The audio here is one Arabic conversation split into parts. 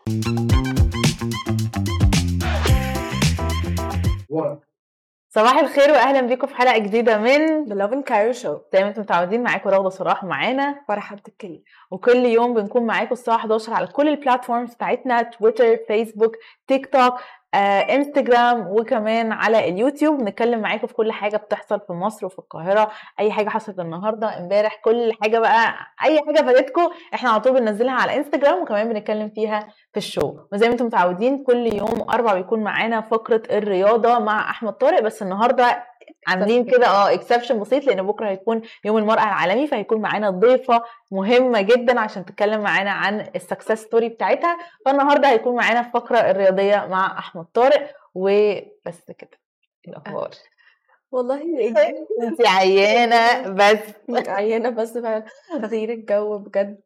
صباح الخير واهلا بيكم في حلقه جديده من The Love and Cairo Show. زي ما انتم متعودين معاكم رغده صلاح ومعانا فرحة بتتكلم، وكل يوم بنكون معاكم الساعه 11 على كل البلاتفورمز بتاعتنا، تويتر، فيسبوك، تيك توك، انستجرام، وكمان على اليوتيوب. نتكلم معاكم في كل حاجه بتحصل في مصر وفي القاهره، اي حاجه حصلت النهارده امبارح، كل حاجه بقى، اي حاجه فاتتكم احنا على طول بننزلها على انستجرام وكمان بنتكلم فيها في الشو. وزي ما انتم متعودين كل يوم اربع بيكون معانا فقره الرياضه مع احمد طارق، بس النهارده عاملين كده اكسبشن بسيط لان بكره هيكون يوم المراه العالمي، فهيكون معانا ضيفه مهمه جدا عشان تتكلم معانا عن السكسس ستوري بتاعتها. فالنهارده هيكون معانا الفقره الرياضيه مع احمد طارق. وبس كده الاخبار. والله انت عيانه بس عيانة بس فعلا. تغيير الجو بجد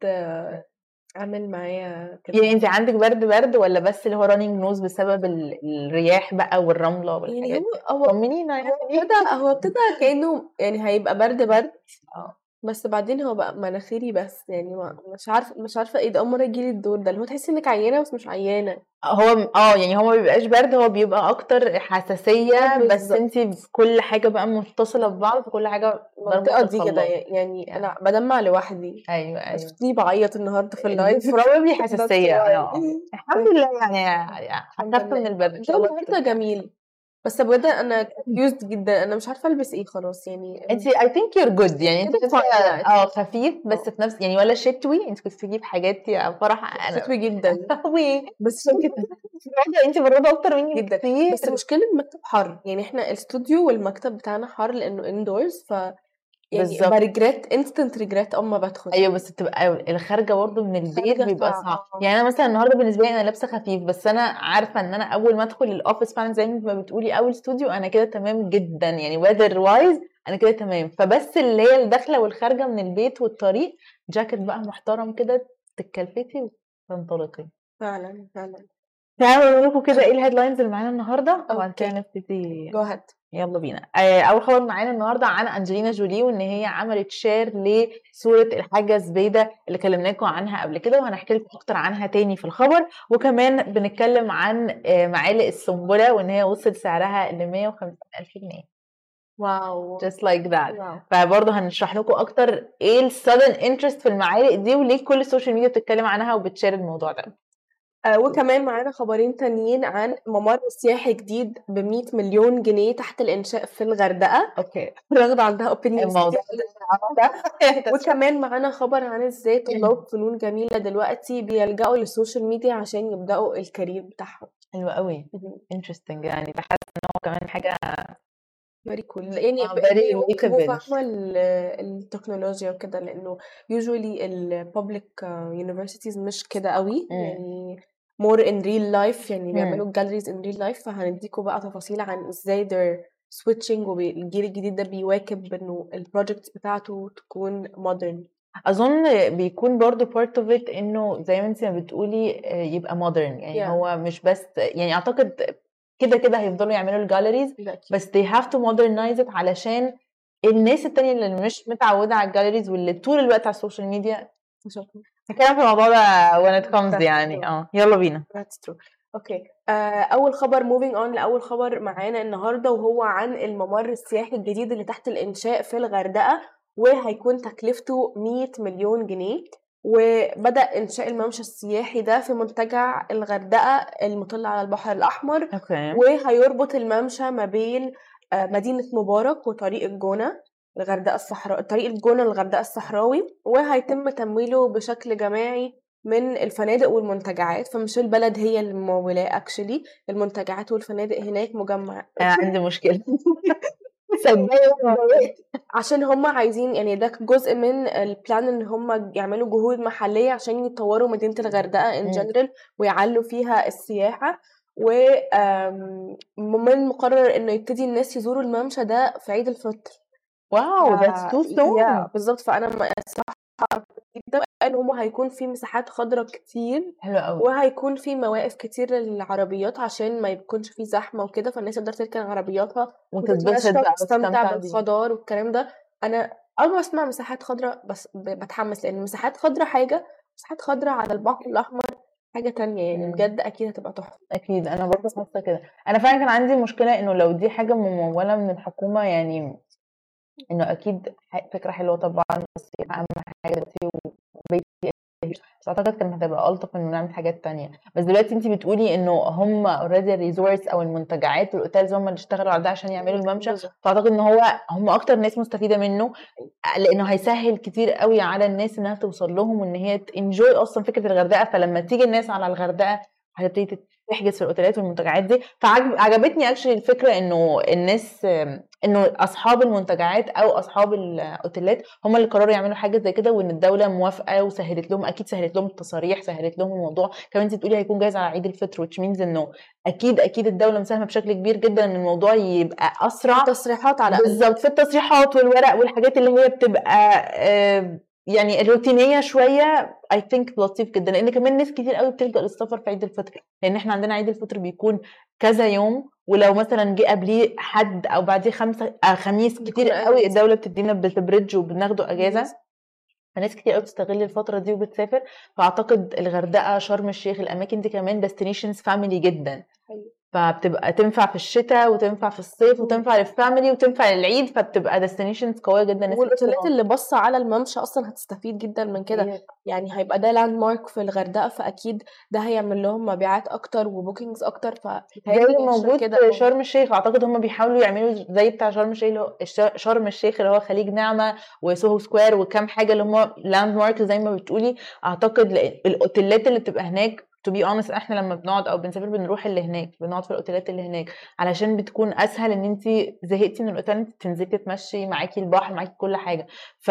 عامل معايا كده. يعني انت عندك برد ولا بس اللي هو رانينج نوز بسبب الرياح بقى والرمله يعني والحاجات دي؟ هو طمنينا هو ابتدى كأنه يعني هيبقى برد اه بس بعدين هو بقى مناخيري بس، يعني مش عارفه ايه ده. اول مره يجيلي الدور ده اللي هو تحسي انك عيانه بس مش عيانه. هو يعني هو ما بيبقاش برد، هو بيبقى اكتر حساسيه، بس انت كل حاجه بقى متصله ببعض، كل حاجه المنطقه دي كده يعني انا بدمع لوحدي. ايوه شفتني بعيط النهارده في اللايف. بروبلي حساسيه. الحمد لله يعني الحمد اخف من لله. البرد. الجو النهارده جميل بس بجد انا confused جدا، انا مش عارفه البس ايه خلاص يعني. انت I think you're good يعني انت كده فاينة. خفيف بس في نفس يعني، ولا شتوي؟ انت كنت تجيب حاجات يا فرح؟ انا شتوي جدا بس عشان كده انت برضه اكتر مني جدا كتير. بس المشكله المكتب حر، يعني احنا الاستوديو والمكتب بتاعنا حر لانه اندورز، ف يعني بالظبط. بريجريت انستنت ريجريت اما بدخل. ايوه بس بتبقى الخارجه برضه من البيت خارجة بيبقى صعب. صعب. يعني انا مثلا النهارده بالنسبه لي انا لابسه خفيف، بس انا عارفه ان انا اول ما ادخل الاوفيس فعلا زي ما بتقولي اول استوديو انا كده تمام جدا، يعني weather وايز انا كده تمام. فبس اللي هي الداخله والخارجه من البيت والطريق جاكيت بقى محترم كده تتكلفتي وتنطلقي. فعلا تعالوا نقول لكم كده ايه الهيدلاينز اللي معانا النهارده وبعد كده اوكي نبتدي. جو هات. يلا بينا. اول خبر معانا النهارده عن انجلينا جولي، وان هي عملت شير لصوره الحاجه زبيده اللي كلمناكم عنها قبل كده، وهنحكي لكم اكتر عنها تاني في الخبر. وكمان بنتكلم عن معالق السنبله، وان هي وصل سعرها ل 150,000 جنيه. واو just like that. واو. فبرضه هنشرح لكم اكتر ايه السادن انترست في المعالق دي وليه كل السوشيال ميديا بتتكلم عنها وبتشير الموضوع ده. وكمان معانا خبرين تانيين عن ممر سياحي جديد ب100 مليون جنيه تحت الإنشاء في الغردقة. اوكي رغد عندها اوبينيون الموضوع وكمان معانا خبر عن ازاي طلاب فنون جميلة دلوقتي بيلجأوا للسوشيال ميديا عشان يبدأوا الكارير بتاعهم. حلو قوي interesting، يعني بحس ان هو كمان حاجه فيري كول، يعني very يبقوا relatable. فاهمة التكنولوجيا وكده، لأنه usually ال public universities مش كده قوي، يعني more in real life، يعني بيعملوا galleries in real life. فهنديكوا بقى تفاصيل عن ازاي they're switching، والجيل الجديد ده بيواكب انه البروجكتس بتاعته تكون modern. اظن بيكون برضو part of it انه زي ما انت ما بتقولي يبقى modern، يعني هو مش بس يعني اعتقد كده هيفضلوا يعملوا الجاليريز بس they have to modernize it علشان الناس التانية اللي مش متعودة على الجاليريز واللي طول الوقت على السوشيال ميديا. هنتكلم في الموضوع ده when it comes يعني يلا بينا. That's true. اوكي اول خبر moving on لاول خبر معانا النهارده، وهو عن الممر السياحي الجديد اللي تحت الانشاء في الغردقه، وهيكون تكلفته 100 مليون جنيه. وبدأ إنشاء الممشى السياحي ده في منتجع الغردقة المطل على البحر الأحمر. وهيربط الممشى ما بين مدينة مبارك وطريق الجونة الغردقة الصحراء، طريق الجونة الغردقة الصحراوي، وهيتم تمويله بشكل جماعي من الفنادق والمنتجعات. فمش البلد هي اللي ممولاه، اكشلي المنتجعات والفنادق هناك مجمع. انا عندي مشكله عشان هم عايزين، يعني ده جزء من البلان ان هم يعملوا جهود محليه عشان يطوروا مدينه الغردقه ان جنرال ويعلوا فيها السياحه. ومن المقرر انه يبتدي الناس يزوروا الممشى ده في عيد الفطر. واو that's too soon. بالظبط. فانا الصراحه جدا ان هم هيكون في مساحات خضراء كتير، حلو قوي، وهيكون في مواقف كتير للعربيات عشان ما يكونش في زحمه وكده، فالناس تقدر تركن عربياتها وتتبسط بقى وتستمتع بالخضار والكلام ده. انا اول ما اسمع مساحات خضراء بس بتحمس، لان مساحات خضراء حاجه، مساحات خضراء على البحر الاحمر حاجه تانية يعني بجد اكيد هتبقى تحفه. اكيد انا برضه حاسه كده. انا فعلا كان عندي مشكله انه لو دي حاجه مموله من الحكومه، يعني انه اكيد فكره حلوه طبعا، بس اهم حاجه دلوقتي وبيتي، بس اعتقد كانت هتبقى الطف انه نعمل حاجات تانية. بس دلوقتي انت بتقولي انه هم اوريدي الريزورتس او المنتجعات والاوتيلز هم اللي اشتغلوا على ده عشان يعملوا الممشى، فاعتقد ان هم اكتر ناس مستفيده منه، لانه هيسهل كتير قوي على الناس انها توصل لهم وان هي تنجوي اصلا فكره الغردقه. فلما تيجي الناس على الغردقه هتبتدي تحجز في الاوتيلات والمنتجعات دي. فعجبتني اكشلي الفكره انه الناس، انه اصحاب المنتجعات او اصحاب الاوتيلات هم اللي قرروا يعملوا حاجه زي كده، وان الدوله موافقه وسهلت لهم، اكيد سهلت لهم التصاريح، سهلت لهم الموضوع. كمان انت بتقولي هيكون جاهز على عيد الفطر، which means انه اكيد الدوله مساهمه بشكل كبير جدا ان الموضوع يبقى اسرع. تصريحات على بالظبط، في التصريحات والورق والحاجات اللي هي بتبقى يعني الروتينيه شويه. I think لطيف جدا، لان كمان ناس كتير قوي بتلجأ للسفر في عيد الفطر، لان احنا عندنا عيد الفطر بيكون كذا يوم، ولو مثلا جه قبليه حد او بعديه خميس كتير قوي الدوله بتدينا بالبريدج وبناخده اجازه. فناس كتير قوي بتستغل الفتره دي وبتسافر. فاعتقد الغردقه، شرم الشيخ، الاماكن دي كمان ديستنيشنز فاميلي جدا، فبتبقى تنفع في الشتاء وتنفع في الصيف وتنفع للفاميلي وتنفع للعيد، فبتبقى ديستنيشنز قويه جدا. والاوتيلات اللي بص على الممشى اصلا هتستفيد جدا من كده، يعني هيبقى ده لاند مارك في الغردقه، فاكيد ده هيعمل لهم مبيعات اكتر وبوكينجز اكتر. زي اللي موجود في شرم الشيخ، اعتقد هم بيحاولوا يعملوا زي بتاع شرم الشيخ اللي هو خليج نعمه وسوهو سكوير وكام حاجه اللي هم لاند مارك زي ما بتقولي. اعتقد الاوتيلات اللي بتبقى هناك to be honest، احنا لما بنقعد او بنسافر بنروح اللي هناك، بنقعد في الاوتيلات اللي هناك علشان بتكون اسهل ان انت زهقتي من الاوتيل انت تنزلي تتمشي، معاكي البحر، معاكي كل حاجه.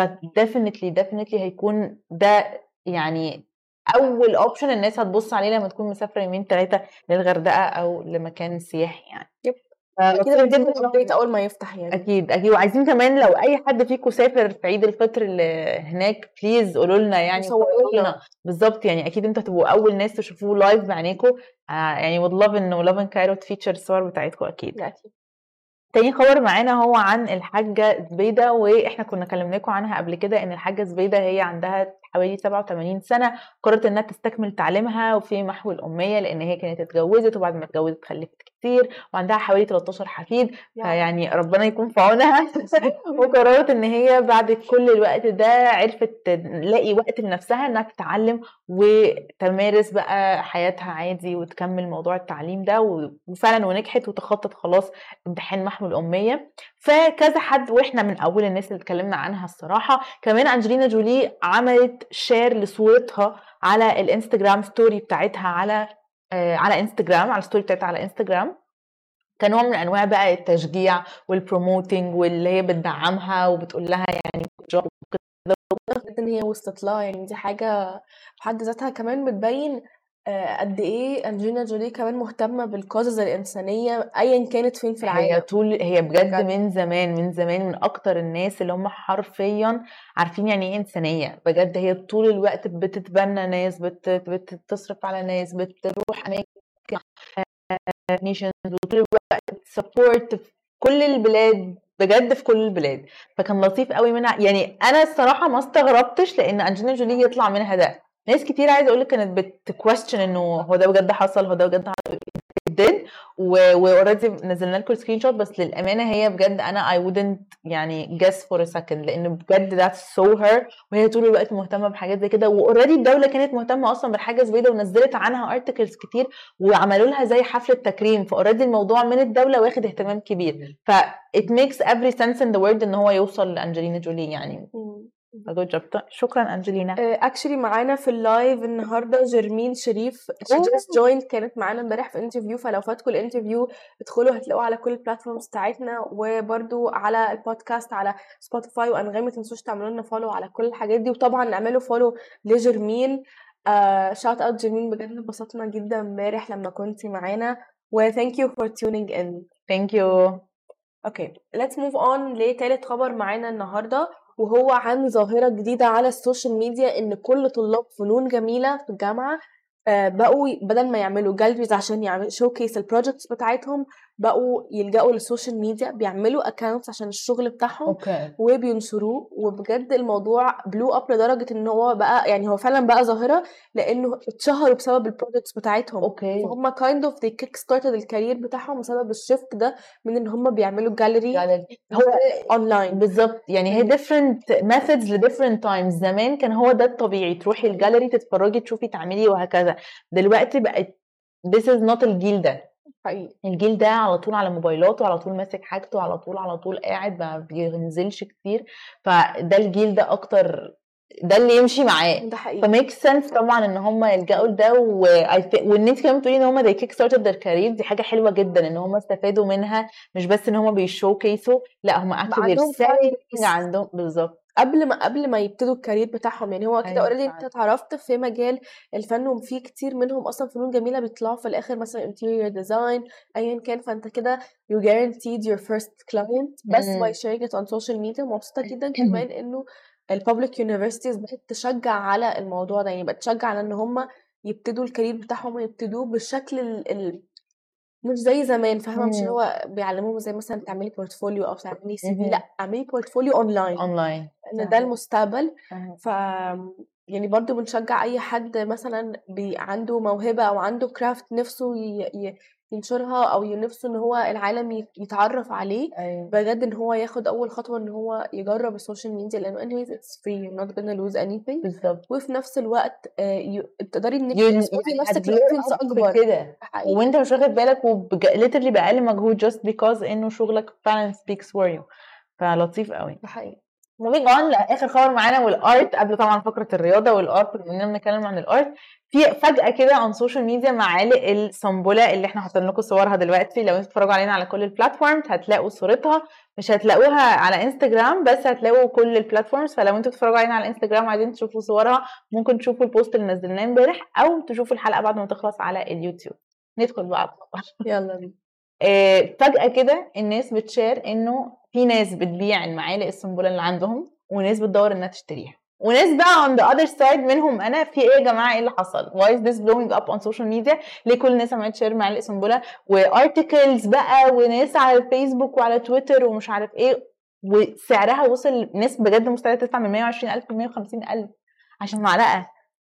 فديفينتلي هيكون ده يعني اول اوبشن الناس هتبص عليه لما تكون مسافره يومين 3 للغردقه او لمكان سياحي يعني. اكيد جدا اول ما يفتح يعني. اكيد وعايزين كمان لو اي حد فيكم سافر في عيد الفطر اللي هناك بليز قولوا لنا يعني، صوروا لنا بالظبط. يعني اكيد انتوا هتبقوا اول ناس تشوفوه لايف بعينيكم. يعني would love انه Love in Cairo تفيتشر الصور بتاعتكم اكيد. تاني خبر معانا هو عن الحاجة زبيدة، واحنا كنا كلمناكم عنها قبل كده ان الحاجة زبيدة هي عندها حوالي 87 سنة، قررت انها تستكمل تعليمها وفي محو الأمية، لان هي كانت اتجوزت وبعد ما اتجوزت خلفت كتير وعندها حوالي 13 حفيد، فيعني ربنا يكون في عونها. وقررت ان هي بعد كل الوقت ده عرفت تلاقي وقت لنفسها انها تتعلم وتمارس بقى حياتها عادي وتكمل موضوع التعليم ده، وفعلا ونجحت وتخطط خلاص امتحان محو الأمية. فكذا حد، واحنا من اول الناس اللي اتكلمنا عنها الصراحة. كمان أنجلينا جولي عملت شير لصورتها على الانستجرام ستوري بتاعتها على انستجرام، على الستوري بتاعتها على انستجرام، كنوع من انواع بقى التشجيع والبروموتنج، واللي هي بتدعمها وبتقول لها يعني جوب كده ان هي وصلت لها. يعني دي حاجة في حد ذاتها كمان بتبين قد ايه أنجلينا جولي كمان مهتمة بالكوزز الإنسانية أيا كانت فين في العالم. هي بجد من زمان من أكتر الناس اللي هم حرفيا عارفين يعني ايه إنسانية بجد. هي طول الوقت بتتبنى ناس، بتصرف على ناس، بتروح أماكن نيشنز، وطول الوقت سبورت في كل البلاد بجد، في كل البلاد. فكان لطيف قوي منها. يعني أنا الصراحة ما استغربتش، لأن أنجلينا جولي يطلع منها ده. ناس كتير عايزة أقولك كانت بتكويستشن إنه هو ده بجد حصل، هو ده بجد حصل جدا، واوريدي نزلنا لكم سكرين شوت. بس للامانه هي بجد انا I wouldn't يعني guess for a second، لان بجد that's so her. وهي طول الوقت مهتمه بحاجات زي كده، واوريدي الدوله كانت مهتمه اصلا بالحاجه زبيده ونزلت عنها ارتكلز كتير وعملوا لها زي حفله تكريم. فاوريدي الموضوع من الدوله واخد اهتمام كبير. ف it makes every sense in the world ان هو يوصل لانجلينا جولي يعني. شكرا أنجلينا. اكشلي معانا في اللايف النهارده جيرمين شريف، she just joined، كانت معانا امبارح في انترفيو. فلو فاتكم الانترفيو ادخلوا هتلاقوه على كل البلاتفورمز بتاعتنا، وبرده على البودكاست على سبوتيفاي وانغامي. ما تنسوش تعملوا لنا فولو على كل الحاجات دي، وطبعا نعملوا فولو لجيرمين. شاوت اوت جيرمين، بجد انبسطنا جدا امبارح لما كنتي معانا، و thank you for tuning in. thank you. اوكي let's move on لتالت خبر معانا النهارده، وهو عن ظاهرة جديدة على السوشيال ميديا، ان كل طلاب فنون جميلة في الجامعة بقوا بدل ما يعملوا جاليريز عشان يعملوا شوكيس البروجكتس بتاعتهم، بقوا يلجأوا للسوشيال ميديا، بيعملوا اكاونتس عشان الشغل بتاعهم اوكي وبينشروه. وبجد الموضوع بلو اب لدرجه ان هو بقى يعني هو فعلا بقى ظاهره، لانه اتشهروا بسبب البرودكتس بتاعتهم. اوكي فهم kind of they kick started الكارير بتاعهم بسبب الشيفت ده من ان هم بيعملوا جاليري هو اونلاين. بالظبط، يعني هي different methods ل different times. زمان كان هو ده الطبيعي، تروحي الجاليري تتفرجي تشوفي تعملي وهكذا. دلوقتي بقت this is not الجيل ده. حقيقي الجيل ده على طول على موبايلاته، على طول ماسك حاجته، على طول قاعد ما بينزلش كتير. فده الجيل ده اكتر، ده اللي يمشي معاه. ده حقيقي. فميك سنس طبعا ان هم يلجأوا لده. وان انت كمان بتقولي ان هم they kick started their career، دي حاجه حلوه جدا ان هم استفادوا منها. مش بس ان هم بيشو كيسوا، لا هم actually عندهم selling عندهم بالظبط قبل ما يبتدوا الكارير بتاعهم. يعني هو كده أيوة اوريدي فعلا. انت اتعرفت في مجال الفن، وفي كتير منهم اصلا فنون جميله بيطلعوا في الاخر مثلا interior design ايا كان. فانت كده you guaranteed your first client بس by sharing it on social media. مبسوطه جدا كمان انه البابليك يونيفرسيتيز بقت تشجع على الموضوع ده، يعني بقت تشجع على ان هم يبتدوا الكارير بتاعهم ويبتدوه بالشكل مش زي زمان، فاهمه؟ مش اللي هو بيعلموهم زي مثلا تعملي بورتفوليو او تعملي سي في، لا اعملي بورتفوليو اونلاين ان ده المستقبل. ف يعني برضو بنشجع اي حد مثلا عنده موهبه او عنده كرافت نفسه ينشرها او نفسه ان هو العالم يتعرف عليه. أيوة. بجد ان هو ياخد اول خطوه ان هو يجرب السوشيال ميديا، لانه anyways it's free you're not gonna lose anything. بالظبط. وفي نفس الوقت تقدري انك يعني تثبتي نفسك لاودينس اكبر كده، وانت مش واخد بالك literally بأقل مجهود just because انه شغلك فعلا speaks for you. فلطيف قوي. ده حقيقي. moving on لاخر خبر معانا، والارت. قبل طبعا فقره الرياضه والارت، بما بنتكلم عن الارت، في فجاه كده على السوشيال ميديا معالق السنبله اللي احنا حاطين لكم صورها دلوقتي. لو انتوا بتتفرجوا علينا على كل البلاتفورمز هتلاقوا صورتها، مش هتلاقوها على انستجرام بس، هتلاقوا كل البلاتفورمز. فلو انتوا بتتفرجوا علينا على انستجرام وعايزين تشوفوا صورها، ممكن تشوفوا البوست اللي نزلناه امبارح او تشوفوا الحلقه بعد ما تخلص على اليوتيوب. ندخل بقى يلا بينا. فجأة كده الناس بتشير انه في ناس بتبيع المعالق السنبله اللي عندهم، وناس بتدور انها تشتريها، وناس بقى on the other side منهم انا. في ايه يا جماعه؟ ايه اللي حصل؟ why is this blowing up on social media؟ ليه كل الناس عماله تشير معالق سنبله وارتكلز بقى، وناس على الفيسبوك وعلى تويتر ومش عارف ايه، وسعرها وصل ناس بجد مستعده تدفع من 120,000 ل 150,000 عشان معلقه.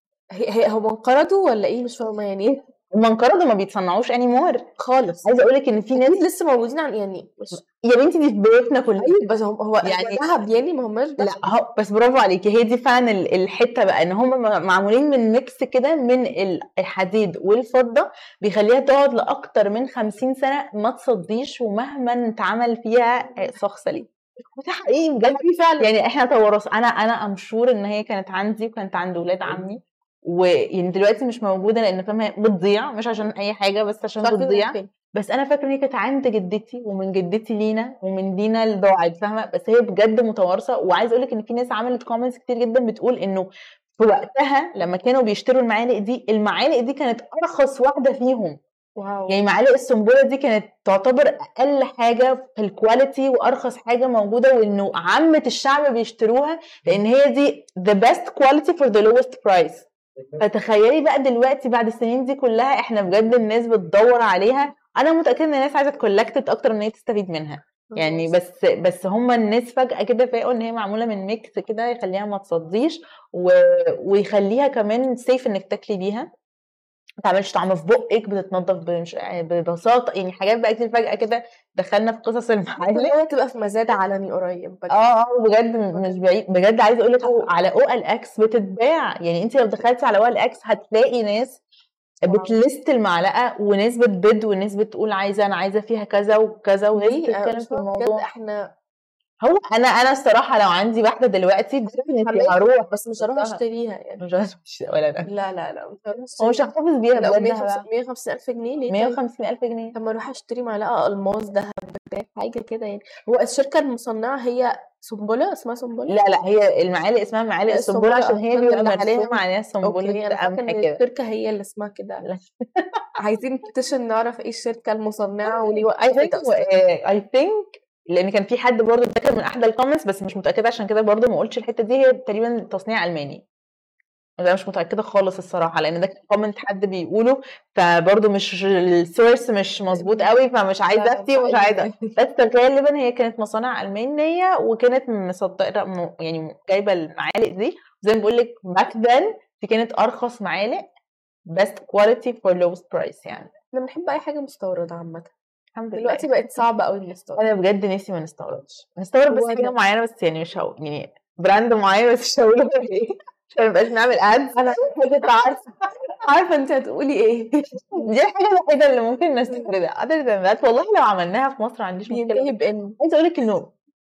هم انقرضوا ولا ايه؟ مش فاهمه يعني ايه هما انقرضوا، ما بيتصنعوش anymore خالص. عايزه اقولك ان في ناس لسه موجودين يعني مش يا بنتي دي في بيوتنا كلنا. ايوه بس هو يعني ذهب يعني ما هماش ده. لا هو بس برافو عليكي، هي دي فعلا الحته بقى، ان هم معمولين من ميكس كده من الحديد والفضه، بيخليها تقعد لاكتر من 50 سنه ما تصديش، ومهما اتعمل فيها صخصه ليه. وده حقيقي بجد فعلا. يعني احنا توارث. انا امشور ان هي كانت عندي وكانت عند ولاد عمي، ويعني دلوقتي مش موجوده لان فاهمه بتضيع، مش عشان اي حاجه بس عشان بتضيع. بس انا فاكره ان هي كانت عند جدتي، ومن جدتي لينا، ومن لينا لضاعت، فاهمه؟ بس هي بجد متوارثه. وعايز اقول لك ان في ناس عملت كومنتس كتير جدا بتقول انه في وقتها لما كانوا بيشتروا المعالق دي كانت ارخص واحده فيهم. واو. يعني معالق السنبله دي كانت تعتبر اقل حاجه في الكواليتي وارخص حاجه موجوده، وانه عامه الشعب بيشتروها لان هي دي the best quality for the lowest price. فتخيلي بقى دلوقتي بعد السنين دي كلها احنا بجد الناس بتدور عليها. انا متاكده ان الناس عايزه تكولكت اكتر ان هي تستفيد منها يعني. بس هم الناس فجاه كده فاقوا ان هي معموله من ميكس كده يخليها ما تصديش ويخليها كمان سيف انك تاكلي بيها، ما تعملش طعم في بقك، بتتنضف ببساطه. يعني حاجات بقى كتير فجاه كده دخلنا في قصص المعالق. تبقى في مزاد علني قريب بجد. بجد مش بعيد. بجد عايزه اقول لك على OLX بتتباع. يعني انت لو دخلتي على OLX هتلاقي ناس بتلست المعلقه، وناس بتبد، وناس بتقول انا عايزه فيها كذا وكذا، وناس بتتكلم في الموضوع. احنا هو انا الصراحه لو عندي واحده دلوقتي هروح، بس مش هروح اشتريها يعني. مش هروح ولا ده. لا مش هروح هو مش هحتفظ بيها بجد. 150,000 جنيه ليه؟ 150,000 جنيه. طب ما اروح اشتري معلقه الماس ذهب بتاع حاجه كده يعني. هو الشركه المصنعه هي سنبله، اسمها سنبله؟ لا هي المعالق اسمها معالق السنبله عشان هي بيبقى مرسوم عليها سنبله قمح كده. الشركه هي اللي اسمها كده. عايزين نكتشف نعرف ايه الشركه المصنعه وليه I think لان كان في حد برضه ذكر من احدى الكومنتس، بس مش متاكده عشان كده برضه ما قلتش الحته دي. هي تقريبا تصنيع الماني. انا مش متاكده خالص الصراحه، لان ده كان كومنت حد بيقوله، فبرضه مش السورس مش مظبوط قوي، فمش عايزه افتي ومش عايزه. بس غالبا هي كانت مصانع المانيه، وكانت مصدره يعني جايبه المعالق دي زي ما بقول لك باك ذن، دي كانت ارخص معالق best quality for lowest price يعني. انا بنحب اي حاجه مستورده عامه، الحمد لله. دلوقتي بقت صعبه قوي المستورد. انا بجد نفسي ما نستوردش، نستورد بس حاجه معينه، بس يعني مش يعني براند معين، بس مش هقول ايه عشان ما نبقاش نعمل ادز. انا كنت عارفه انت هتقولي ايه. دي الحاجه الوحيده اللي ممكن نستوردها. other than that والله لو عملناها في مصر ما عنديش مشكله. بينتهي بان عايزه اقول لك انه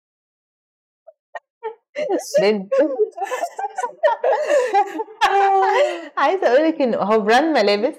عايزه اقول لك انه هو براند ملابس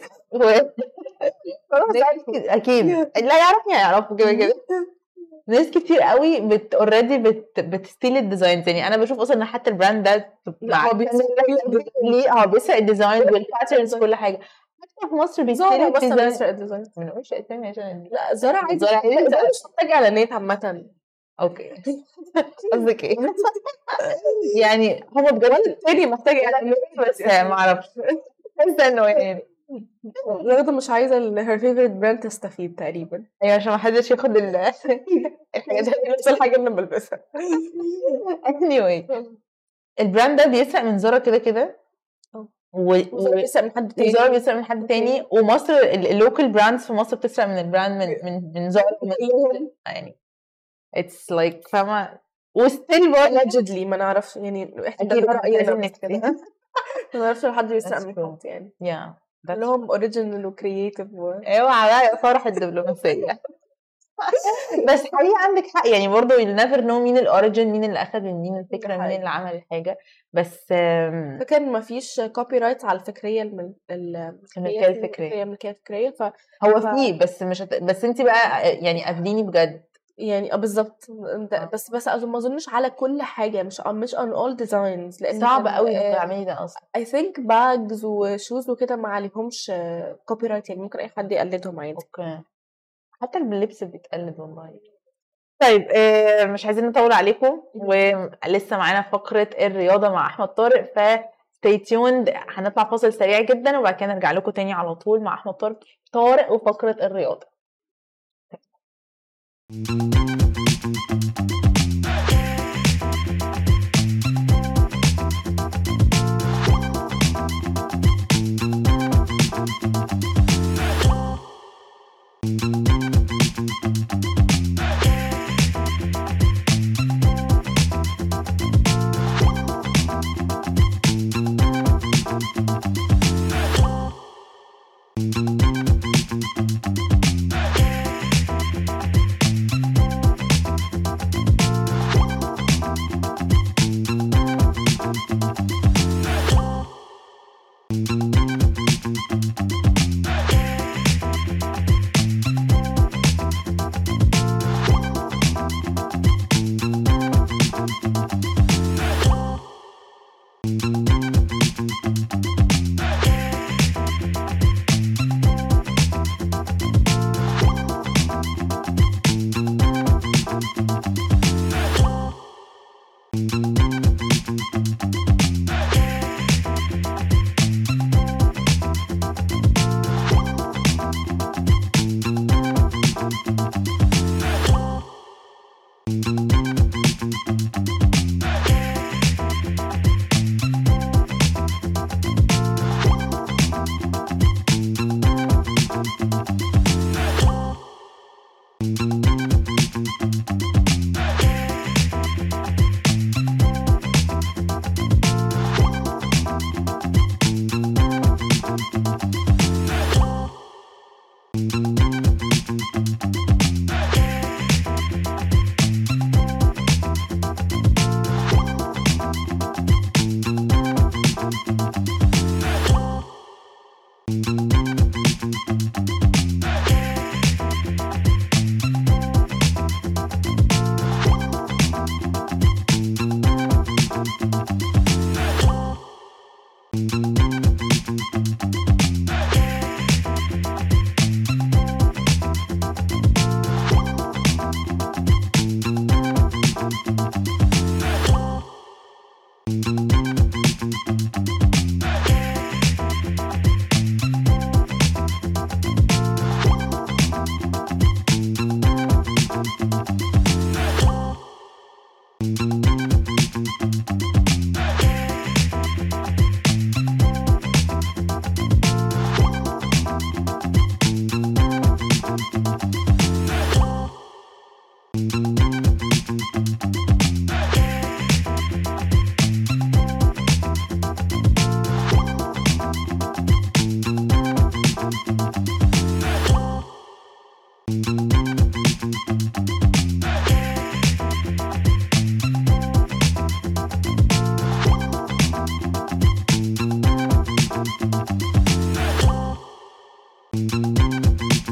اكيد لا يعرفني هيعرفوا كده كده. ناس كتير قوي اوريدي بتستيل الديزاينز، يعني انا بشوف اصلا ان حتى البراند ده هو بيسرق الديزاين والباترنز كل حاجه. حتى في مصر بيستيل الديزاين. من وش اسامي عشان لا زارا عادي، زارا عادي. مش محتاجه اعلانات عامه. اوكي قصدك ايه؟ يعني هو بجد التاني محتاجه اعلانات بس ما اعرفش، بس انه يعني رغده مش عايزه her favorite brand تستفيد تقريبا. ايوه عشان ما حدش ياخد الحاجات نفس الحاجه اللي بلبسها. anyway البراند ده بيسرق من زارا كده كده، بيسرق من حد تاني، زارا بيسرق من حد تاني، ومصر اللوكال براندز في مصر بتسرق من البراند من زارا يعني it's like فاهمه. وستيل allegedly ما نعرفش يعني، احنا ده راينا كده ما نعرفش لو حد بيسرق من حد يعني. لهم اوريجينال وكرييتيف اوعى بقى يا فرح الدبلوماسيه. بس حقيقي عندك حق، يعني برضه you'll never know مين الاوريجين، مين اللي اخذ من مين الفكره، مين اللي عمل الحاجه. بس فكان ما فيش كوبي رايتس على الفكريه الملكيه الفكريه هو فيه، بس مش بس انت بقى يعني قابليني بجد يعني بالظبط. بس ما اظنش على كل حاجه، مش on all designs، لان صعب قوي تعملي ده اصلا. I think bags وشوز وكده ما عليهمش كوبي رايت، يعني ممكن اي حد يقلدهم عادي. اوكي حتى اللبس بيتقلد والله. طيب مش عايزين نطول عليكم، ولسه معانا فقره الرياضه مع احمد طارق، ف stay tuned. هنطلع فاصل سريع جدا وبعد كده نرجع لكم تاني على طول مع احمد طارق وفقره الرياضه.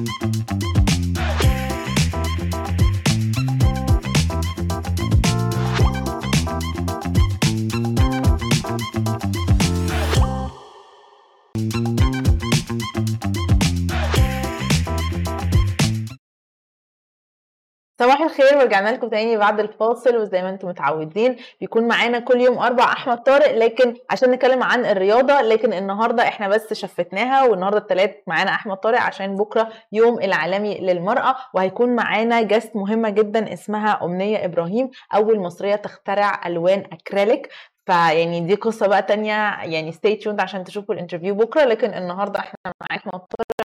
صباح الخير، ورجعنا لكم تاني بعد الفاصل. وزي ما انتم متعودين بيكون معانا كل يوم 4 احمد طارق، لكن عشان نتكلم عن الرياضه. لكن النهارده احنا بس شفتناها، والنهارده الثلاث معانا احمد طارق عشان بكره يوم العالمي للمراه، وهيكون معانا جاست مهمه جدا اسمها أمنية إبراهيم، اول مصريه تخترع الوان اكريليك. فيعني دي قصه بقى تانية، يعني stay tuned عشان تشوفوا الانترفيو بكره. لكن النهارده احنا معاك احمد طارق.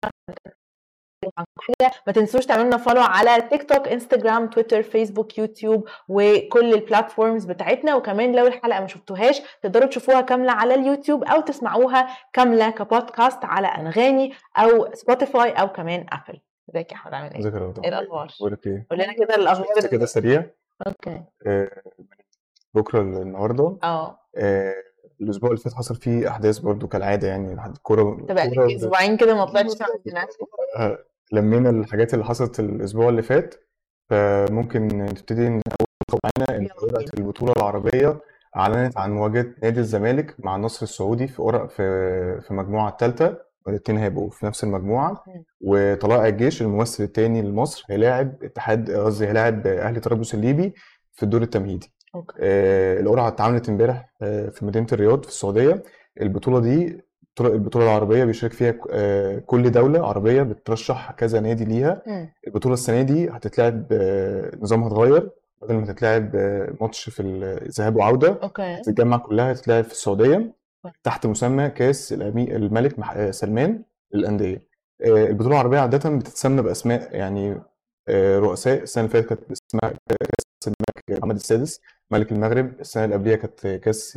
ما تنسوش تعملوا لنا فولو على تيك توك، انستجرام، تويتر، فيسبوك، يوتيوب، وكل البلاتفورمز بتاعتنا. وكمان لو الحلقه ما شفتوهاش تقدروا تشوفوها كامله على اليوتيوب، او تسمعوها كامله كبودكاست على انغامي او سبوتيفاي او كمان ابل. ازيك يا احمد، عامل ايه؟ ازيك يا ايه رضا؟ الاخبار؟ اخبارك ايه؟ قول لنا كده الاخبار شفت كده سريع. اوكي. بكره النهارده الاسبوع اللي فات حصل فيه احداث برضو كالعاده، يعني الكوره تبقى لك اسبوعين كده ما طلعتش عندنا. لمينا الحاجات اللي حصلت الاسبوع اللي فات، فممكن نبتدي من اول خطوه معانا. ان بدات البطوله العربيه اعلنت عن مواجهه نادي الزمالك مع النصر السعودي في المجموعه الثالثه، والاثنين هيبقوا في نفس المجموعه. وطلائع الجيش الممثل الثاني لمصر هيلاعب هيلاعب اهلي طرابلس الليبي في الدور التمهيدي. القرعه اتعملت امبارح في مدينه الرياض في السعوديه. البطوله دي البطوله العربيه بيشارك فيها كل دوله عربيه بترشح كذا نادي ليها. البطوله السنه دي هتتلعب نظامها اتغير، بدل ما تتلعب ماتش في الذهاب وعوده هتتجمع كلها تتلعب في السعوديه تحت مسمى كاس الملك سلمان للانديه. البطوله العربيه عاده بتتسمى باسماء، يعني رؤساء. السنه اللي فاتت كانت اسمها كاس الملك محمد السادس ملك المغرب، السنه اللي قبلها كانت كاس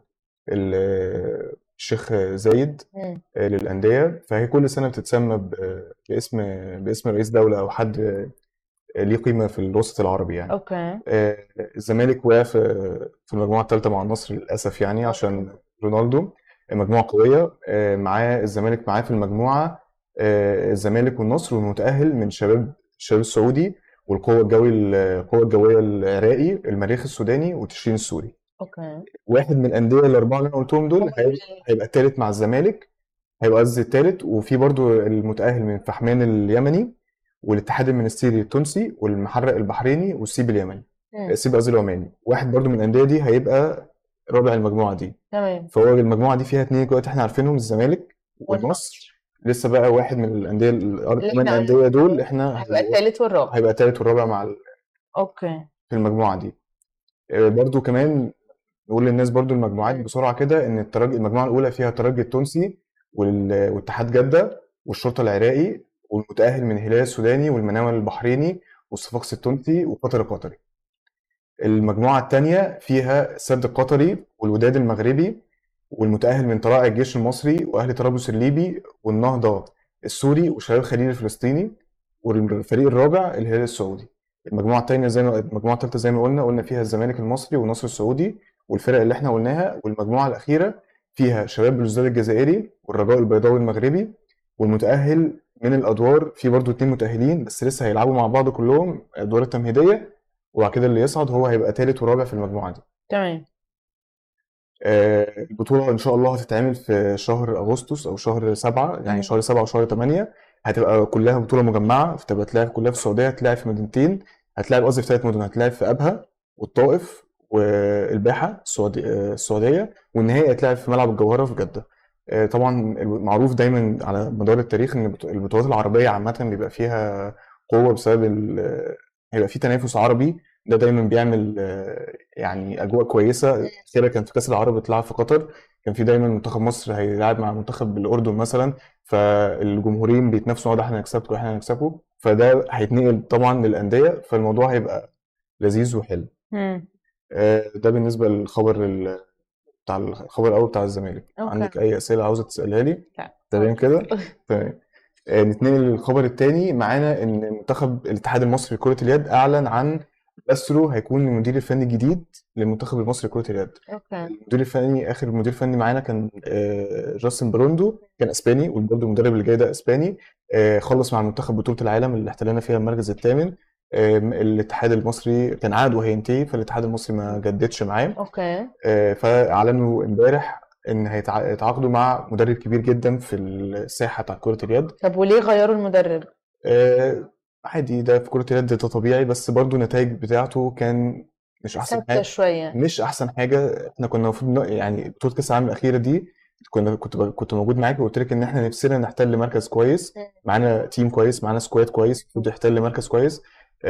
الشيخ زايد للانديه. فهي كل سنه بتتسمى باسم رئيس دوله او حد ليه قيمه في الوسط العربي يعني. اوكي. الزمالك وقع في المجموعه الثالثه مع النصر للاسف، يعني عشان رونالدو. مجموعه قويه، معاه الزمالك معاه في المجموعه الزمالك والنصر، والمتاهل من الشباب السعودي، والقوه الجويه العراقي، المريخ السوداني، وتشرين السوري. اوكي. واحد من الانديه الاربعه اللي انا قلتهم دول هيبقى الثالث مع الزمالك، هيبقى قصدي الثالث. وفي برضو المتاهل من فحمان اليمني، والاتحاد المنستيري التونسي، والمحرق البحريني، والسيب اليمني، السيب قصدي العماني. واحد برضو من الانديه دي هيبقى رابع المجموعه دي. تمام. فهو المجموعه دي فيها اثنين دلوقتي احنا عارفينهم، الزمالك والنصر. لسه بقى واحد من الانديه الثمان انديه دول احنا هيبقى الثالث والرابع. هيبقى الثالث والرابع مع اوكي في المجموعه دي. برضو كمان نقول للناس برضو المجموعات بسرعه كده، ان المجموعه الاولى فيها الترجي التونسي والاتحاد جده والشرطه العراقي، والمتاهل من الهلال السوداني، والمناوي البحريني، والصفاقسي التونسي، وقطر القطري. المجموعه الثانيه فيها السد القطري، والوداد المغربي، والمتاهل من طلائع الجيش المصري، واهلي طرابلس الليبي، والنهضه السوري، وشباب خليل الفلسطيني، والفريق الرابع الهلال السعودي. المجموعه الثانيه المجموعه الثالثه زي ما قلنا فيها الزمالك المصري والنصر السعودي والفرق اللي احنا قلناها. والمجموعه الاخيره فيها شباب بلوزداد الجزائري، والرجاء البيضاوي المغربي. والمتاهل من الادوار في برضو 2 متاهلين بس لسه هيلعبوا مع بعض كلهم الادوار التمهيديه، وبعد كده اللي يصعد هو هيبقى ثالث ورابع في المجموعه دي. تمام. البطوله ان شاء الله هتتعمل في شهر اغسطس او شهر 7، يعني شهر 7 وشهر 8. هتبقى كلها بطوله مجمعه، فتبقى تلعب كلها في السعوديه، هتلعب في مدينتين، هتلعب قصدي في 3 مدن، هتلعب في ابها والطائف والباحه السعوديه، والنهائي هتلعب في ملعب الجوهره في جده. طبعا معروف دايما على مدار التاريخ ان البطولات العربيه عامه بيبقى فيها قوه بسبب هيبقى في تنافس عربي، ده دايما بيعمل يعني اجواء كويسه. كده كان في كاس العرب اتلعب في قطر، كان في دايما منتخب مصر هيلعب مع منتخب الاردن مثلا، فالجمهورين بيتنافسوا ده احنا هنكسبكم احنا هنكسبكم، فده هيتنقل طبعا للانديه، فالموضوع هيبقى لذيذ وحلو. ده بالنسبه للخبر بتاع الخبر الاول بتاع الزمالك. عندك اي اسئله عاوزه تسالها لي؟ تمام كده. تمام. نتنقل للخبر الثاني معانا، ان منتخب الاتحاد المصري لكره اليد اعلن عن باسترو هيكون المدير الفني الجديد للمنتخب المصري لكرة اليد. اوكي. المدير الفني اخر مدير فني معانا كان جاستن بروندو، كان اسباني، وبرضه المدرب اللي جاي ده اسباني. خلص مع المنتخب بطولة العالم اللي احتلنا فيها المركز الثامن. الاتحاد المصري كان عقده هينتهي، فالاتحاد المصري ما جددش معاه. اوكي. فاعلنوا امبارح ان هيتعاقدوا مع مدرب كبير جدا في الساحة بتاع كرة اليد. طب وليه غيروا المدرب؟ عادي، ده في كرة اليد ده طبيعي، بس برضه النتائج بتاعته كان مش احسن ثابته حاجة. شويه. مش احسن حاجه. احنا كنا المفروض يعني بطوله كاس العالم الاخيره دي كنت موجود معاك وقلت لك ان احنا نفسنا نحتل مركز كويس، معانا تيم كويس، معانا سكواد كويس المفروض يحتل مركز كويس.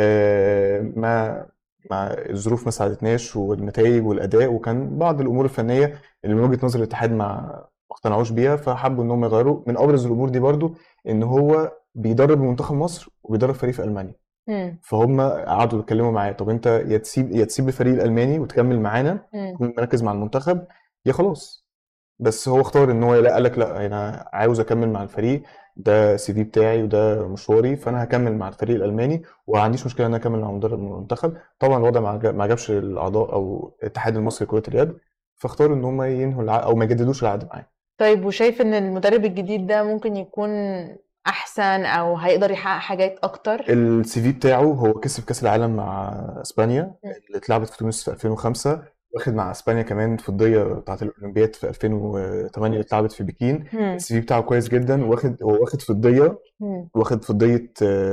ما مع الظروف ما ساعدتناش، والنتائج والاداء، وكان بعض الامور الفنيه اللي من وجهه نظر الاتحاد ما اقتنعوش بيها، فحبوا ان هم يغيروا. من ابرز الامور دي برضو ان هو بيدرب منتخب مصر وبيدرب فريق في المانيا. فهم قعدوا يتكلموا معايا، طب انت يا تسيب الفريق الالماني وتكمل معانا تكون مركز مع المنتخب، يا خلاص. بس هو اختار ان هو لا، قال لك لا، انا عاوز اكمل مع الفريق ده، CV بتاعي وده مشواري، فانا هكمل مع الفريق الالماني وما عنديش مشكله ان انا اكمل مع مدرب المنتخب. طبعا الوضع ما عجبش الاعضاء او الاتحاد المصري لكره اليد، فاختاروا ان هم ينهوا العقد او ما يجددوش العقد معاه. طيب، وشايف ان المدرب الجديد ده ممكن يكون احسن او هيقدر يحقق حاجات اكتر؟ CV بتاعه هو كسب كاس العالم مع اسبانيا اللي اتلعبت في تونس في 2005، واخد مع اسبانيا كمان فضيه بتاعه الاولمبياد في 2008 اللي اتلعبت في بكين. CV بتاعه كويس جدا، هو واخد فضيه، واخد فضيه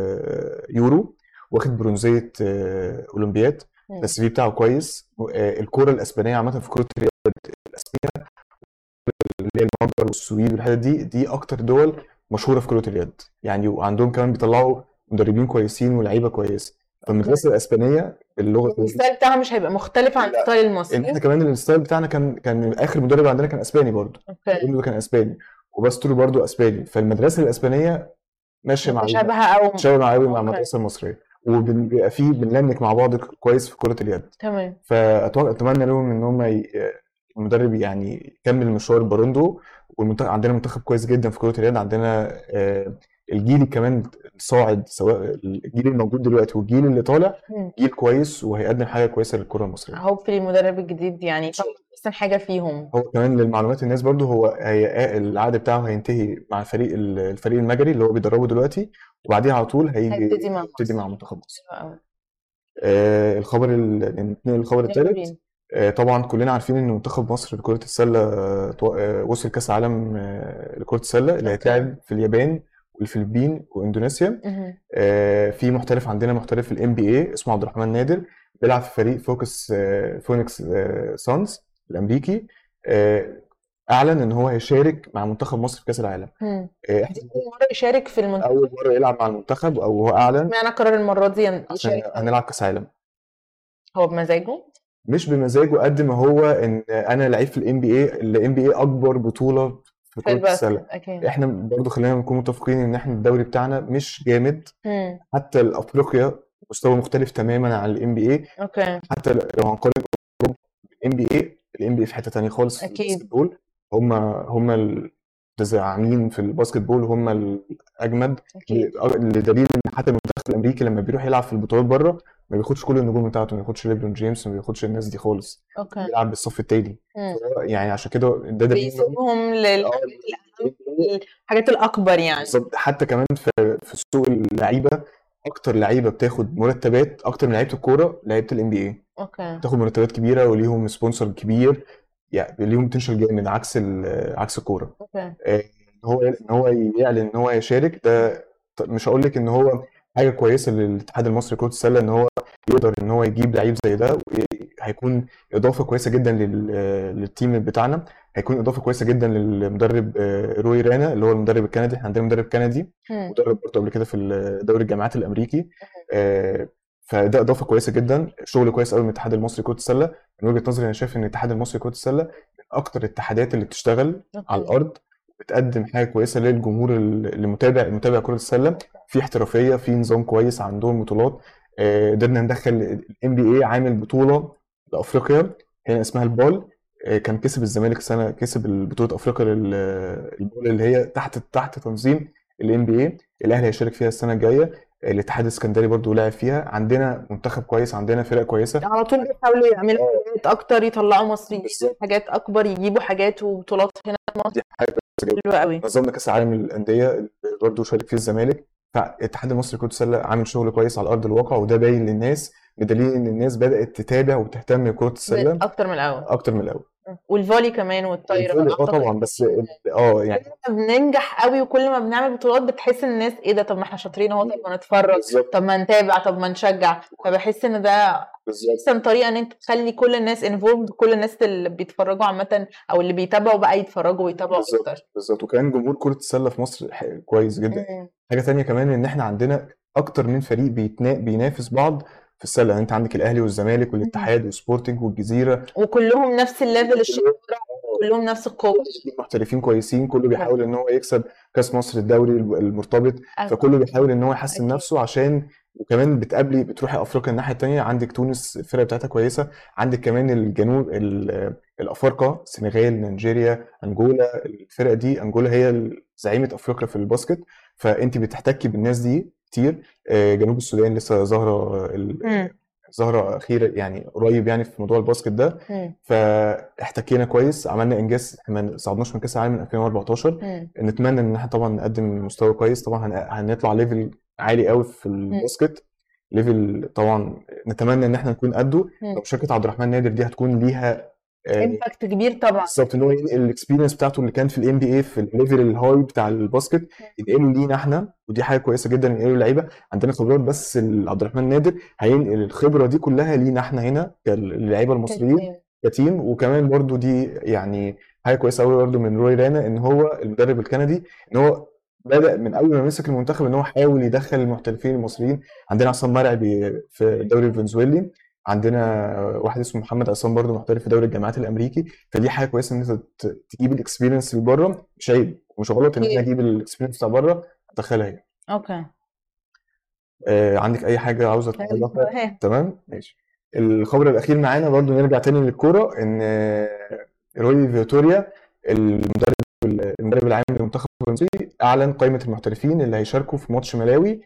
يورو، واخد برونزيه اولمبياد. الCV بتاعه كويس. الكره الاسبانيه عامه في كره اليد الاسبانيه اللي هي المجر والسويد والحاجات دي اكتر دول مشهوره في كره اليد يعني، وعندهم كمان بيطلعوا مدربين كويسين ولاعيبه كويسه. فالمدرسه الاسبانيه اللغه الستايل بتاعها مش هيبقى مختلف عن الستايل المصري. احنا كمان الستايل بتاعنا كان اخر مدرب عندنا كان اسباني برضه. اوكي. كان اسباني، وباسترو برضه اسباني. فالمدرسه الاسبانيه ماشيه مع متشابهه مع المدرسه المصريه، وبيبقى فيه بنلنك مع بعض كويس في كره اليد. تمام. فاتمنى لهم ان هم المدرب يعني يكمل مشوار باروندو. عندنا منتخب كويس جدا في كرة اليد. عندنا الجيل كمان الصاعد، سواء الجيل الموجود دلوقتي والجيل اللي طالع، جيل كويس وهيقدم حاجة كويسة للكرة المصرية. هوبفلي المدرب الجديد يعني احسن حاجة فيهم. هو كمان للمعلومات الناس برضو، هو العقد بتاعه هينتهي مع الفريق المجري اللي هو بيدربه دلوقتي، وبعديها على طول هيبتدي مع منتخب مصر. الخبر الثالث، طبعا كلنا عارفين ان منتخب مصر لكرة السلة وصل كاس عالم لكرة السلة اللي هيتلعب في اليابان والفلبين واندونيسيا. في محترف عندنا، محترف في NBA اسمه عبد الرحمن نادر، بيلعب في فريق فونكس سانز الامريكي. اعلن ان هو هيشارك مع منتخب مصر في كاس العالم. اول مره يشارك في المنتخب، اول مره يلعب مع المنتخب، او هو اعلن معنى قرر المره دي يشارك. هنلعب كاس عالم. هو بمزاجه؟ مش بمزاجه قد ما هو ان انا لعيب في ال NBA اكبر بطوله في كرة السله. احنا برضو خلينا نكون متفقين ان احنا الدوري بتاعنا مش جامد. حتى الافريقيا مستوى مختلف تماما عن NBA. اوكي. حتى لو هنقارن ال NBA في حته ثانيه خالص في الباسكت بول. هم المتزعمين في الباسكت بول، هم الاجمد. لدليل ان حتى المنتخب الامريكي لما بيروح يلعب في البطولات بره ما بياخدش كل النجوم بتاعته، ما بياخدش ليبرون جيمس، ما بياخدش الناس دي خالص. بيلعب بالصف التاني. يعني عشان كده ده دليل بيسيبهم للحاجات الاكبر يعني. بالظبط. حتى كمان في سوق اللعيبه، اكتر لعيبه بتاخد مرتبات اكتر من لعيبه الكوره لعيبه NBA. بتاخد مرتبات كبيره وليهم سبونسر كبير، يعني ليهم بوتنشال جامد عكس الكوره. ان هو يعلن ان هو يشارك، ده مش هقول لك ان هو حاجه كويسه للاتحاد المصري لكره السله ان هو يقدر ان هو يجيب لعيب زي ده، هيكون اضافه كويسه جدا للتيم بتاعنا. هيكون اضافه كويسه جدا للمدرب روي رانا اللي هو المدرب الكندي. احنا عندنا مدرب كندي مدرب برضه قبل كده في دوري الجامعات الامريكي. فده اضافه كويسه جدا، شغل كويس قوي من الاتحاد المصري لكره السله. من وجهه نظري انا شايف ان الاتحاد المصري لكره السله من اكتر الاتحادات اللي بتشتغل على الارض، بتقدم حاجه كويسه للجمهور المتابع كره السله. في احترافيه، في نظام كويس، عندهم بطولات. قدرنا ندخل NBA عامل بطوله لافريقيا هنا اسمها البال. كان كسب الزمالك كسب بطوله افريقيا البال اللي هي تحت تنظيم NBA. الاهلي هيشارك فيها السنه الجايه. الاتحاد الاسكندري برضو لعب فيها. عندنا منتخب كويس، عندنا فرق كويسه على طول بيحاولوا يعملوا اه حاجات اكتر، يطلعوا مصريين بالظبط. حاجات اكبر، يجيبوا حاجات وبطولات هنا في مصر. دي حاجه كويسه جدا. حلوة قوي. نظمنا كاس العالم للانديه اللي برضو شارك فيه الزمالك، فالاتحاد المصري لكره السله عامل شغل كويس على ارض الواقع، وده باين للناس بدليل ان الناس بدات تتابع وتهتم بكره السله اكتر من الاول. اكتر من الاول. والفولي كمان والطايره والفولي اعتقد طبعا، بس يعني كل ما بننجح قوي وكل ما بنعمل بطولات بتحس ان الناس ايه ده، طب ما احنا شاطرين اهو، طب ما نتفرج، بالظبط طب ما نتابع، طب ما نشجع. فبحس ان ده بالظبط احسن طريقه ان انت تخلي كل الناس انفولد، كل الناس اللي بيتفرجوا عامه او اللي بيتابعوا بقى يتفرجوا ويتابعوا بالظبط اكتر. بالظبط. وكمان جمهور كرة السلة في مصر كويس جدا. مم. حاجة تانية كمان ان احنا عندنا اكتر من فريق بينافس بعض في السلة. يعني انت عندك الاهلي والزمالك والاتحاد وسبورتنج والجزيرة، وكلهم نفس الليفل الشطاره، كلهم كلهم نفس القوه. محترفين كويسين، كله بيحاول ان هو يكسب كاس مصر، الدوري المرتبط، فكله بيحاول ان هو يحسن أكيد. نفسه عشان. وكمان بتروحي افريقيا الناحيه التانيه، عندك تونس الفرقه بتاعتها كويسه، عندك كمان الجنوب الافارقه، السنغال، نيجيريا، انجولا. الفرقه دي انجولا هي زعيمه افريقيا في الباسكت، فانت بتحتكي بالناس دي كتير. جنوب السودان لسه ظاهره اخيره يعني قريب يعني في موضوع الباسكت ده، فاحتكينا كويس، عملنا انجاز. ما صعدناش من كاس العالم من 2014. نتمنى ان احنا طبعا نقدم مستوى كويس، طبعا هنطلع ليفل عالي قوي في الباسكت، ليفل طبعا نتمنى ان احنا نكون قده. لو شركه عبد الرحمن نادر دي هتكون ليها امباكت كبير طبعا. بالظبط، ان هو ينقل الاكسبيرينس بتاعته اللي كان في الام بي اي في الليفل الهاي بتاع الباسكت، ينقله لينا احنا، ودي حاجه كويسه جدا. ينقله اللعيبه عندنا خبرات، بس عبد الرحمن نادر هينقل الخبره دي كلها لينا احنا هنا كاللعيبه المصريين كتيم. وكمان برضو دي يعني حاجه كويسه قوي برضو من روي رانا، ان هو المدرب الكندي، ان هو بدأ من اول ما مسك المنتخب ان هو حاول يدخل المحترفين المصريين. عندنا عصام مرعي في الدوري الفنزويلي، عندنا واحد اسمه محمد عصام برضو محترف في دوري الجامعات الامريكي. فدي حاجه كويسه ان انت تجيب الاكسبيرينس اللي بره، مش عيب ومش غلط ان احنا نجيب الاكسبيرينس بتاع بره ادخلها هنا. اوكي. عندك اي حاجه عاوزه تعرفها؟ تمام ماشي. الخبر الاخير معانا برضو نرجع تاني للكوره، ان روي فيتوريا المدرب العام للمنتخب الفرنسي اعلن قائمه المحترفين اللي هيشاركوا في ماتش ملاوي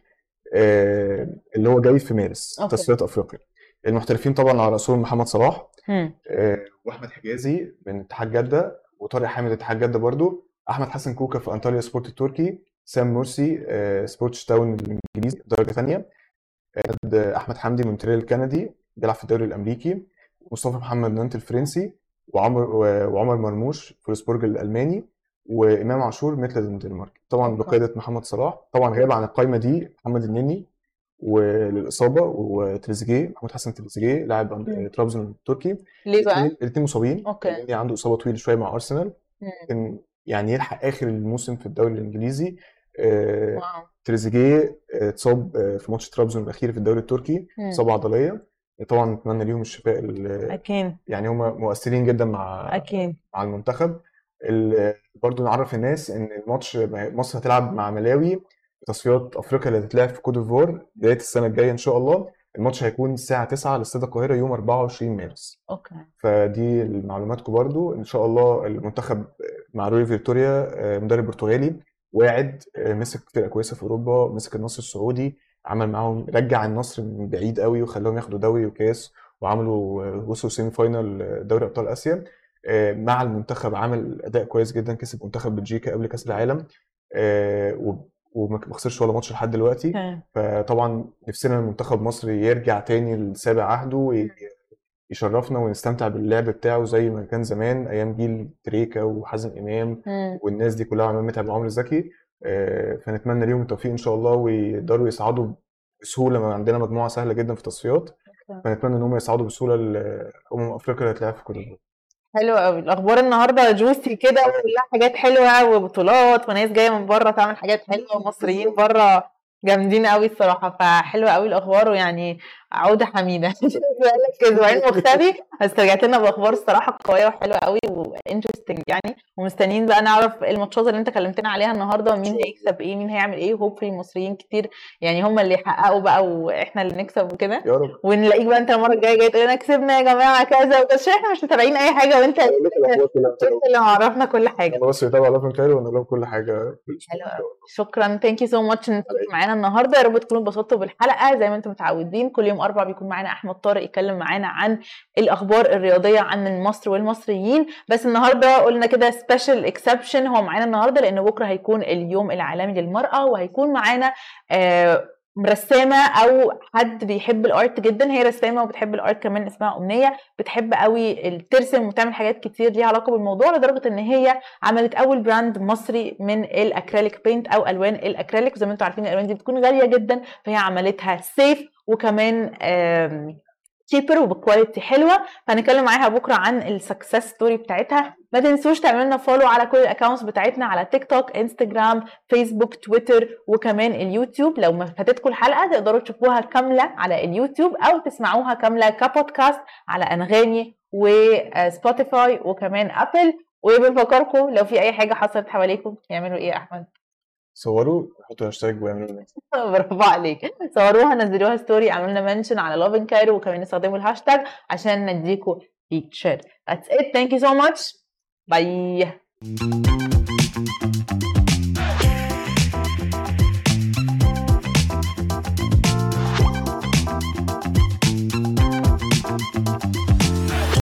اللي هو جاي في مارس، تصفيات افريقيا. المحترفين طبعا على راسهم محمد صلاح واحمد حجازي من اتحاد جده، وطارق حامد اتحاد جده برضو، احمد حسن كوكا في انطاليا سبورت التركي، سام مرسي سبورتش تاون الانجليزي درجه ثانيه، احمد حمدي مونتريال الكندي بيلعب في الدوري الامريكي، مصطفى محمد نانت الفرنسي، وعمر مرموش فولسبورج الالماني، وامام عاشور ميتلاند الدنمارك. طبعا بقياده محمد صلاح. طبعا غاب عن القائمه دي محمد النني وللاصابه، وتريزيجيه، محمود حسن تريزيجيه لاعب طرابزون التركي. ليه بقى؟ الاثنين مصابين. النني عنده اصابه طويله شويه مع ارسنال، يعني يلحق اخر الموسم في الدوري الانجليزي. تريزيجيه اتصاب في ماتش طرابزون الاخير في الدوري التركي، اصابه عضليه. طبعا نتمنى ليهم الشفاء. اكيد يعني هم مؤثرين جدا مع المنتخب. برضو نعرف الناس ان الماتش مصر هتلعب مع ملاوي في تصفيات افريقيا اللي هتتلعب في كوت ديفوار بدايه السنه الجايه ان شاء الله. الماتش هيكون الساعه 9 لاستاد القاهره يوم 24 مارس. فدي معلوماتكم برضو. ان شاء الله المنتخب مع روي فيكتوريا مدرب برتغالي واعد، مسك فرقه كويسه في اوروبا، مسك النصر السعودي، عمل معاهم، رجع النصر من بعيد قوي وخلاهم ياخدوا دوري وكاس، وعملوا وصلوا سيمي فاينال دوري ابطال اسيا. مع المنتخب عمل اداء كويس جدا، كسب منتخب بلجيكا قبل كاس العالم وما خسرش ولا ماتش لحد دلوقتي. فطبعا نفسنا المنتخب مصر يرجع تاني لسابع عهده، يشرفنا ونستمتع باللعب بتاعه زي ما كان زمان ايام جيل تريكا وحازم امام والناس دي كلها، وعماد متعب وعمرو زكي. فنتمنى ليهم التوفيق ان شاء الله، ويقدروا يصعدوا بسهوله. ما عندنا مجموعه سهله جدا في التصفيات، فنتمنى ان هم يصعدوا بسهوله افريقيا اللي هتلعب في كوت ديفوار. حلو قوي. الاخبار النهارده جوسي كده وكلها حاجات حلوه وبطولات وناس جايه من بره تعمل حاجات حلوه، ومصريين بره جامدين قوي الصراحه. فحلوه قوي الاخبار، ويعني عودة حميدة. بقالك اسبوعين مختفي بس رجعت لنا باخبار الصراحة قوية وحلوة قوي وانترستنج يعني، ومستنيين بقى نعرف الماتشات اللي انت كلمتنا عليها النهارده، مين هيكسب ايه، مين هيعمل ايه، وهوبفلي المصريين كتير يعني هم اللي يحققوا بقى واحنا اللي نكسب وكده، يا رب. ونلاقيك بقى انت المرة الجاية جاي تقول لنا كسبنا يا جماعة كذا وكذا، احنا مش متابعين اي حاجة وانت اللي معرفنا كل حاجة. انا بس يتابع لافن كايرو ونقول لهم كل حاجة. حلو، شكرا، ثانك يو سو ماتش ان كنتوا معانا النهارده. يا رب تكونوا اتبسطتوا بالحلقه زي ما انتم متعودين. كل يوم اربع بيكون معانا احمد طارق يتكلم معانا عن الاخبار الرياضيه عن مصر والمصريين، بس النهارده قلنا كده سبيشال اكسبشن هو معانا النهارده لان بكره هيكون اليوم العالمي للمراه، وهيكون معانا رسامه او حد بيحب الارت جدا. هي رسامه وبتحب الارت كمان، اسمها امنيه، بتحب قوي ترسم وتعمل حاجات كتير ليها علاقه بالموضوع، لدرجه ان هي عملت اول براند مصري من الاكريليك بينت او الوان الاكريليك. وزي ما انتم عارفين الالوان دي بتكون غاليه جدا، فهي عملتها سيف وكمان تشيبر وبكواليتي حلوه. فهنتكلم معاها بكره عن السكسس ستوري بتاعتها. ما تنسوش تعملوا لنا فولو على كل الاكونتس بتاعتنا على تيك توك، انستجرام، فيسبوك، تويتر، وكمان اليوتيوب. لو ما فاتتكم الحلقه تقدروا تشوفوها كامله على اليوتيوب او تسمعوها كامله كبودكاست على انغامي وسبوتيفاي وكمان ابل. وبنفكركم لو في اي حاجه حصلت حواليكم يعملوا ايه يا احمد؟ صوروا، حطوا هاشتاج ويعملوا برافو عليك، صوروها نزلوها ستوري، اعملوا لنا منشن على لافن كايرو، وكمان استخدموا الهاشتاج عشان نديكم فيتشر. That's it. Thank you so much. Bye.